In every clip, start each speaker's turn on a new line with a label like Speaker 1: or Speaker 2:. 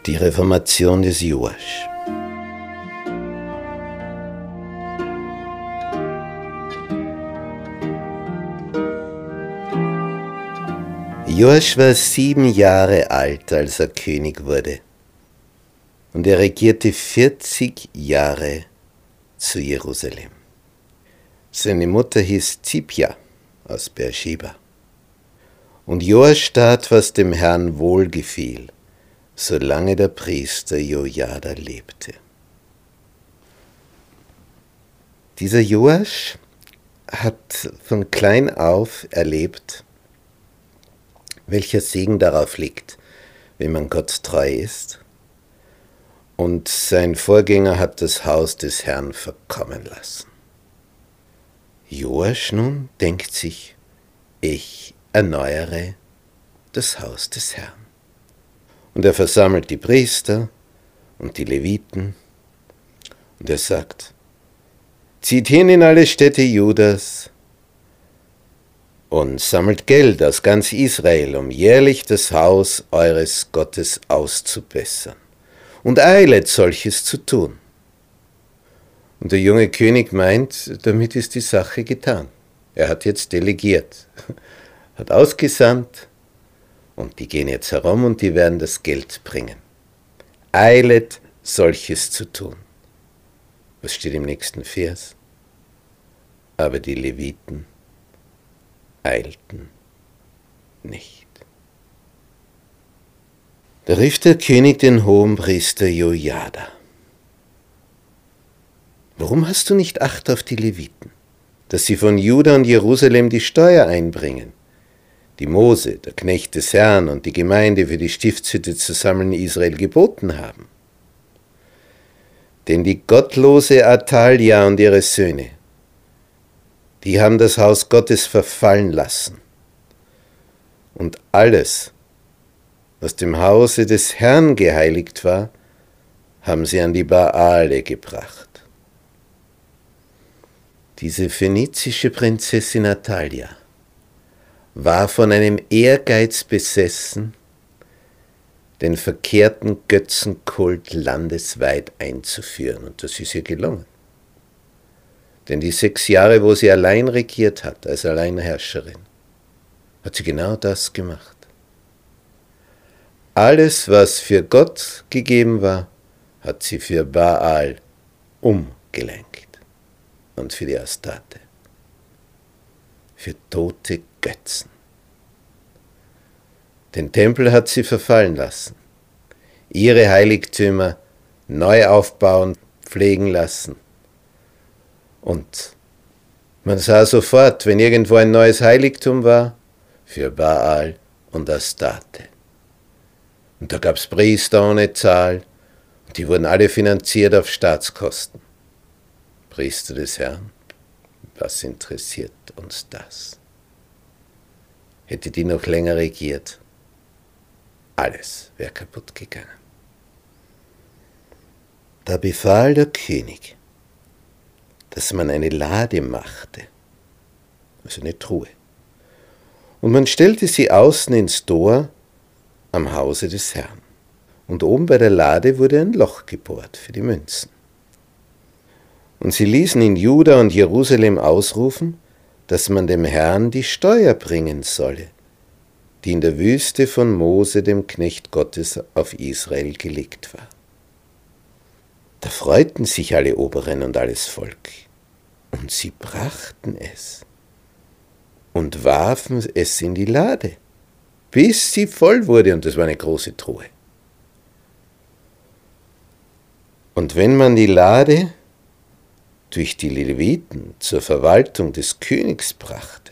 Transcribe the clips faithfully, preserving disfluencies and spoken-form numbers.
Speaker 1: Die Reformation des Joasch. Joasch war sieben Jahre alt, als er König wurde, und er regierte vierzig Jahre zu Jerusalem. Seine Mutter hieß Zibja aus Beersheba. Und Joasch tat, was dem Herrn wohlgefiel, solange der Priester Jojada lebte. Dieser Joasch hat von klein auf erlebt, welcher Segen darauf liegt, wenn man Gott treu ist. Und sein Vorgänger hat das Haus des Herrn verkommen lassen. Joasch nun denkt sich, ich erneuere das Haus des Herrn. Und er versammelt die Priester und die Leviten und er sagt, zieht hin in alle Städte Judas und sammelt Geld aus ganz Israel, um jährlich das Haus eures Gottes auszubessern. Und eilet, solches zu tun. Und der junge König meint, damit ist die Sache getan. Er hat jetzt delegiert, hat ausgesandt, und die gehen jetzt herum und die werden das Geld bringen. Eilet, solches zu tun. Was steht im nächsten Vers? Aber die Leviten eilten nicht. Da rief der König den Hohenpriester Jojada. Warum hast du nicht Acht auf die Leviten, dass sie von Juda und Jerusalem die Steuer einbringen, die Mose, der Knecht des Herrn, und die Gemeinde für die Stiftshütte zu sammeln Israel geboten haben? Denn die gottlose Athalja und ihre Söhne, die haben das Haus Gottes verfallen lassen. Und alles, was dem Hause des Herrn geheiligt war, haben sie an die Baale gebracht. Diese phönizische Prinzessin Athalja war von einem Ehrgeiz besessen, den verkehrten Götzenkult landesweit einzuführen. Und das ist ihr gelungen. Denn die sechs Jahre, wo sie allein regiert hat, als Alleinherrscherin, hat sie genau das gemacht. Alles, was für Gott gegeben war, hat sie für Baal umgelenkt und für die Astarte, für tote Götzen. Den Tempel hat sie verfallen lassen, ihre Heiligtümer neu aufbauen, pflegen lassen. Und man sah sofort, wenn irgendwo ein neues Heiligtum war, für Baal und Astarte. Und da gab es Priester ohne Zahl, und die wurden alle finanziert auf Staatskosten. Priester des Herrn, was interessiert uns das? Hätte die noch länger regiert, alles wäre kaputt gegangen. Da befahl der König, dass man eine Lade machte, also eine Truhe, und man stellte sie außen ins Tor am Hause des Herrn. Und oben bei der Lade wurde ein Loch gebohrt für die Münzen. Und sie ließen in Juda und Jerusalem ausrufen, dass man dem Herrn die Steuer bringen solle, die in der Wüste von Mose, dem Knecht Gottes, auf Israel gelegt war. Da freuten sich alle Oberen und alles Volk, und sie brachten es und warfen es in die Lade, bis sie voll wurde, und das war eine große Truhe. Und wenn man die Lade durch die Leviten zur Verwaltung des Königs brachte,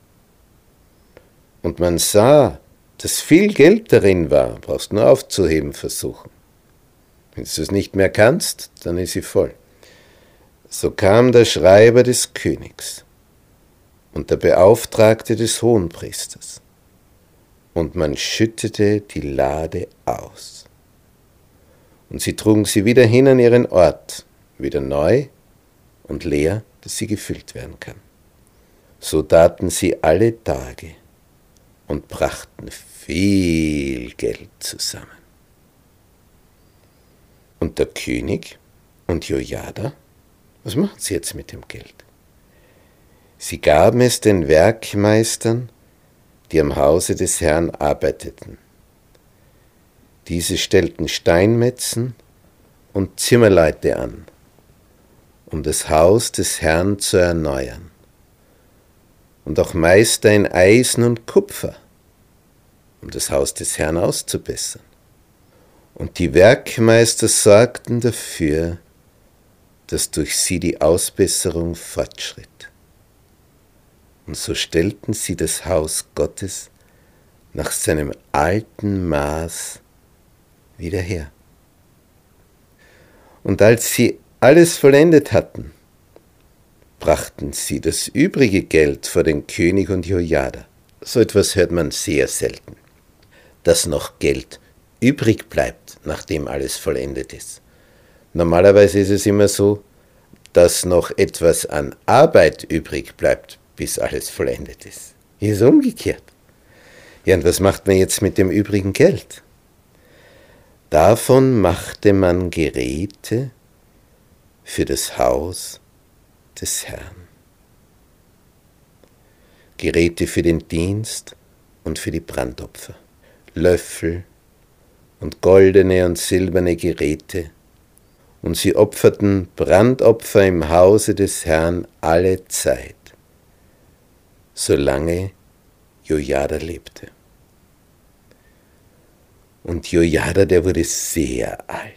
Speaker 1: und man sah, dass viel Geld darin war, brauchst nur aufzuheben versuchen. Wenn du es nicht mehr kannst, dann ist sie voll. So kam der Schreiber des Königs und der Beauftragte des Hohenpriesters, und man schüttete die Lade aus. Und sie trugen sie wieder hin an ihren Ort, wieder neu und leer, dass sie gefüllt werden kann. So taten sie alle Tage und brachten viel Geld zusammen. Und der König und Jojada, was machen sie jetzt mit dem Geld? Sie gaben es den Werkmeistern, die am Hause des Herrn arbeiteten. Diese stellten Steinmetzen und Zimmerleute an, um das Haus des Herrn zu erneuern, und auch Meister in Eisen und Kupfer, um das Haus des Herrn auszubessern. Und die Werkmeister sorgten dafür, dass durch sie die Ausbesserung fortschritt. Und so stellten sie das Haus Gottes nach seinem alten Maß wieder her. Und als sie alles vollendet hatten, brachten sie das übrige Geld vor den König und Jojada. So etwas hört man sehr selten, dass noch Geld übrig bleibt, nachdem alles vollendet ist. Normalerweise ist es immer so, dass noch etwas an Arbeit übrig bleibt, bis alles vollendet ist. Hier ist umgekehrt. Ja, und was macht man jetzt mit dem übrigen Geld? Davon machte man Geräte für das Haus des Herrn. Geräte für den Dienst und für die Brandopfer. Löffel und goldene und silberne Geräte. Und sie opferten Brandopfer im Hause des Herrn alle Zeit, solange Jojada lebte. Und Jojada, der wurde sehr alt.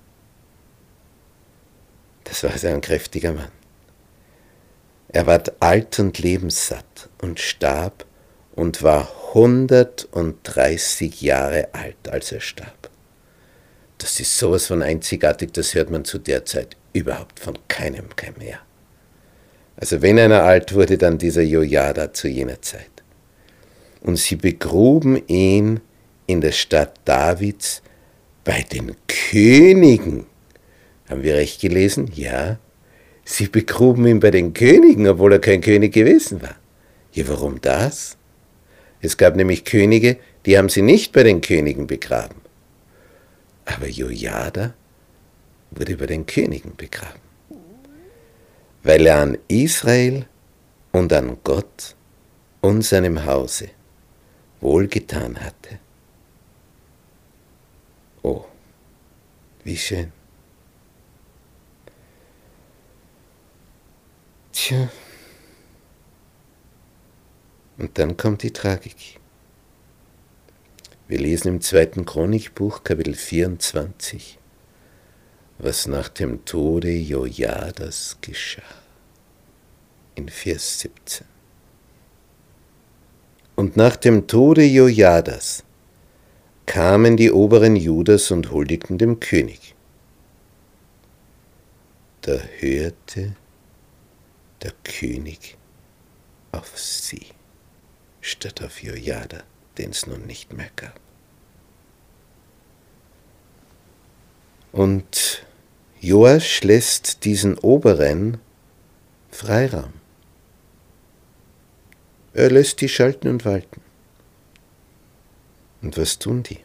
Speaker 1: Das war also ein kräftiger Mann. Er ward alt und lebenssatt und starb und war hundertdreißig Jahre alt, als er starb. Das ist sowas von einzigartig, das hört man zu der Zeit überhaupt von keinem mehr. Also wenn einer alt wurde, dann dieser Jojada zu jener Zeit. Und sie begruben ihn in der Stadt Davids bei den Königen. Haben wir recht gelesen? Ja. Sie begruben ihn bei den Königen, obwohl er kein König gewesen war. Ja, warum das? Es gab nämlich Könige, die haben sie nicht bei den Königen begraben. Aber Jojada wurde bei den Königen begraben, weil er an Israel und an Gott und seinem Hause wohlgetan hatte. Oh, wie schön. Tja, und dann kommt die Tragik. Wir lesen im zweiten Chronikbuch, Kapitel vierundzwanzig, was nach dem Tode Jojadas geschah. In Vers siebzehn. Und nach dem Tode Jojadas kamen die Oberen Judas und huldigten dem König. Da hörte der König auf sie, statt auf Jojada, den es nun nicht mehr gab. Und Joasch lässt diesen Oberen Freiraum. Er lässt die schalten und walten. Und was tun die?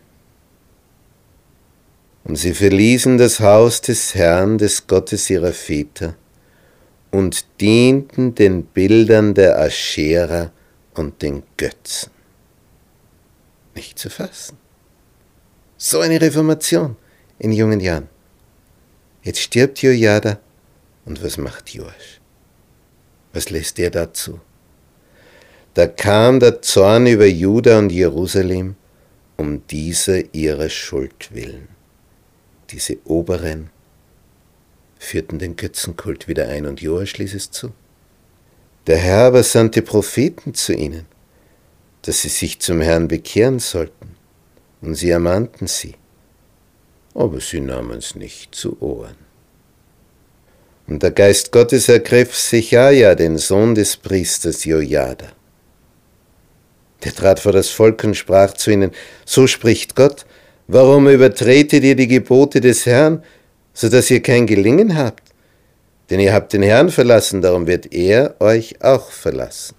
Speaker 1: Und sie verließen das Haus des Herrn, des Gottes ihrer Väter, und dienten den Bildern der Aschera und den Götzen. Nicht zu fassen. So eine Reformation in jungen Jahren. Jetzt stirbt Jojada, und was macht Joasch? Was lässt er dazu? Da kam der Zorn über Juda und Jerusalem um dieser ihrer Schuld willen. Diese Oberen führten den Götzenkult wieder ein, und Joasch ließ es zu. Der Herr aber sandte Propheten zu ihnen, dass sie sich zum Herrn bekehren sollten, und sie ermahnten sie, aber sie nahmen es nicht zu Ohren. Und der Geist Gottes ergriff Sechaja, den Sohn des Priesters Jojada. Der trat vor das Volk und sprach zu ihnen, so spricht Gott, warum übertretet ihr die Gebote des Herrn, so dass ihr kein Gelingen habt? Denn ihr habt den Herrn verlassen, darum wird er euch auch verlassen.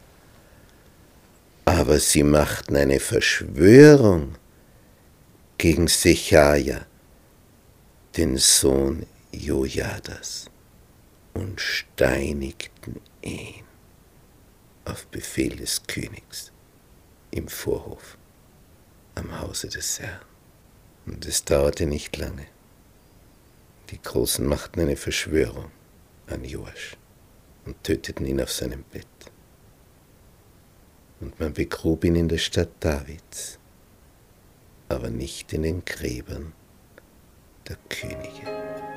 Speaker 1: Aber sie machten eine Verschwörung gegen Sechaja, den Sohn Jojadas und steinigten ihn auf Befehl des Königs im Vorhof am Hause des Herrn. Und es dauerte nicht lange. Die Großen machten eine Verschwörung an Joasch und töteten ihn auf seinem Bett. Und man begrub ihn in der Stadt Davids, aber nicht in den Gräbern der Könige.